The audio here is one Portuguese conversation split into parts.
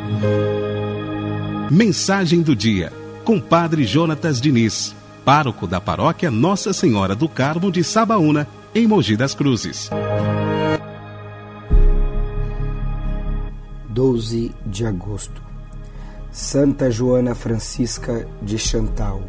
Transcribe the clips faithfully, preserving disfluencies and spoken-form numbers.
Mensagem do dia, com Padre Jonatas Diniz, pároco da paróquia Nossa Senhora do Carmo de Sabaúna, em Mogi das Cruzes. doze de agosto. Santa Joana Francisca de Chantal.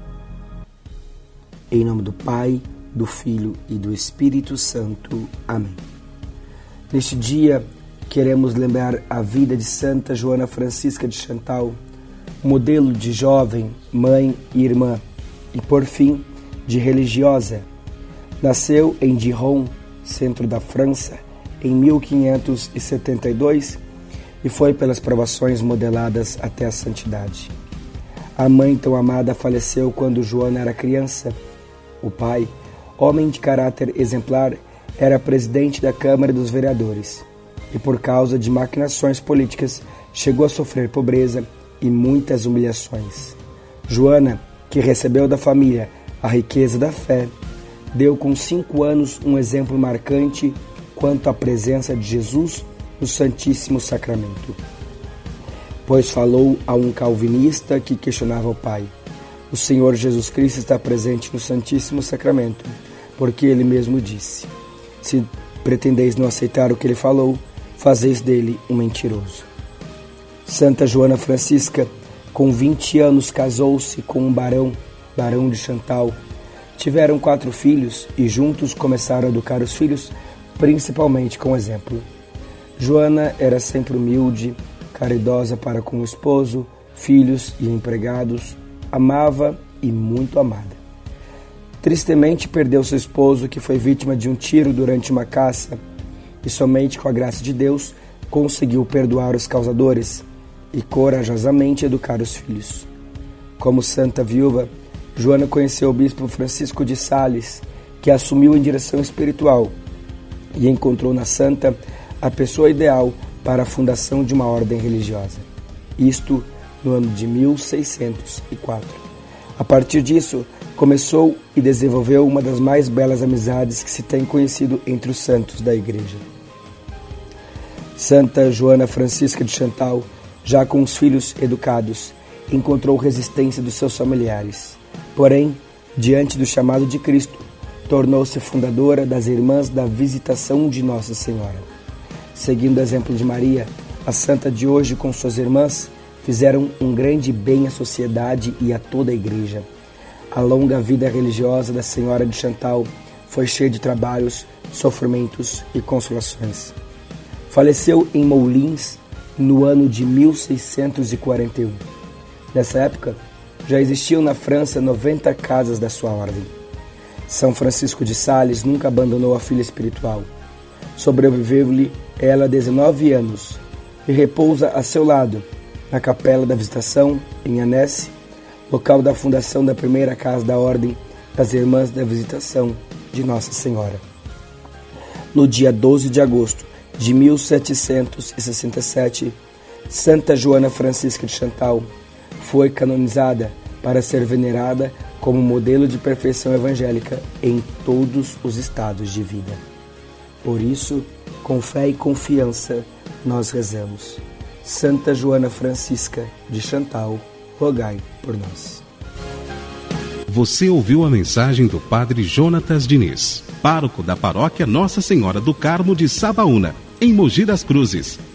Em nome do Pai, do Filho e do Espírito Santo. Amém. Neste dia, queremos lembrar a vida de Santa Joana Francisca de Chantal, modelo de jovem, mãe e irmã, e por fim, de religiosa. Nasceu em Dijon, centro da França, em mil quinhentos e setenta e dois e foi pelas provações modeladas até a santidade. A mãe tão amada faleceu quando Joana era criança. O pai, homem de caráter exemplar, era presidente da Câmara dos Vereadores e, por causa de maquinações políticas, chegou a sofrer pobreza e muitas humilhações. Joana, que recebeu da família a riqueza da fé, deu com cinco anos um exemplo marcante quanto à presença de Jesus no Santíssimo Sacramento. Pois falou a um calvinista que questionava o pai: o Senhor Jesus Cristo está presente no Santíssimo Sacramento, porque ele mesmo disse: se pretendeis não aceitar o que ele falou, fazeis dele um mentiroso. Santa Joana Francisca, com vinte anos, casou-se com um barão, barão de Chantal. Tiveram quatro filhos e juntos começaram a educar os filhos, principalmente com exemplo. Joana era sempre humilde, caridosa para com o esposo, filhos e empregados, amava e muito amada. Tristemente perdeu seu esposo, que foi vítima de um tiro durante uma caça, e somente com a graça de Deus conseguiu perdoar os causadores e corajosamente educar os filhos. Como santa viúva, Joana conheceu o bispo Francisco de Sales, que assumiu em direção espiritual e encontrou na santa a pessoa ideal para a fundação de uma ordem religiosa. Isto no ano de mil seiscentos e quatro. A partir disso, começou e desenvolveu uma das mais belas amizades que se tem conhecido entre os santos da Igreja. Santa Joana Francisca de Chantal, já com os filhos educados, encontrou resistência dos seus familiares. Porém, diante do chamado de Cristo, tornou-se fundadora das Irmãs da Visitação de Nossa Senhora. Seguindo o exemplo de Maria, a santa de hoje com suas irmãs fizeram um grande bem à sociedade e a toda a Igreja. A longa vida religiosa da Senhora de Chantal foi cheia de trabalhos, sofrimentos e consolações. Faleceu em Moulins no ano de mil seiscentos e quarenta e um. Nessa época, já existiam na França noventa casas da sua ordem. São Francisco de Sales nunca abandonou a filha espiritual. Sobreviveu-lhe ela dezenove anos e repousa a seu lado, na Capela da Visitação, em Annecy, local da fundação da primeira casa da Ordem das Irmãs da Visitação de Nossa Senhora. No dia doze de agosto de mil setecentos e sessenta e sete, Santa Joana Francisca de Chantal foi canonizada para ser venerada como modelo de perfeição evangélica em todos os estados de vida. Por isso, com fé e confiança, nós rezamos: Santa Joana Francisca de Chantal, rogai por nós. Você ouviu a mensagem do Padre Jonatas Diniz, pároco da paróquia Nossa Senhora do Carmo de Sabaúna, em Mogi das Cruzes.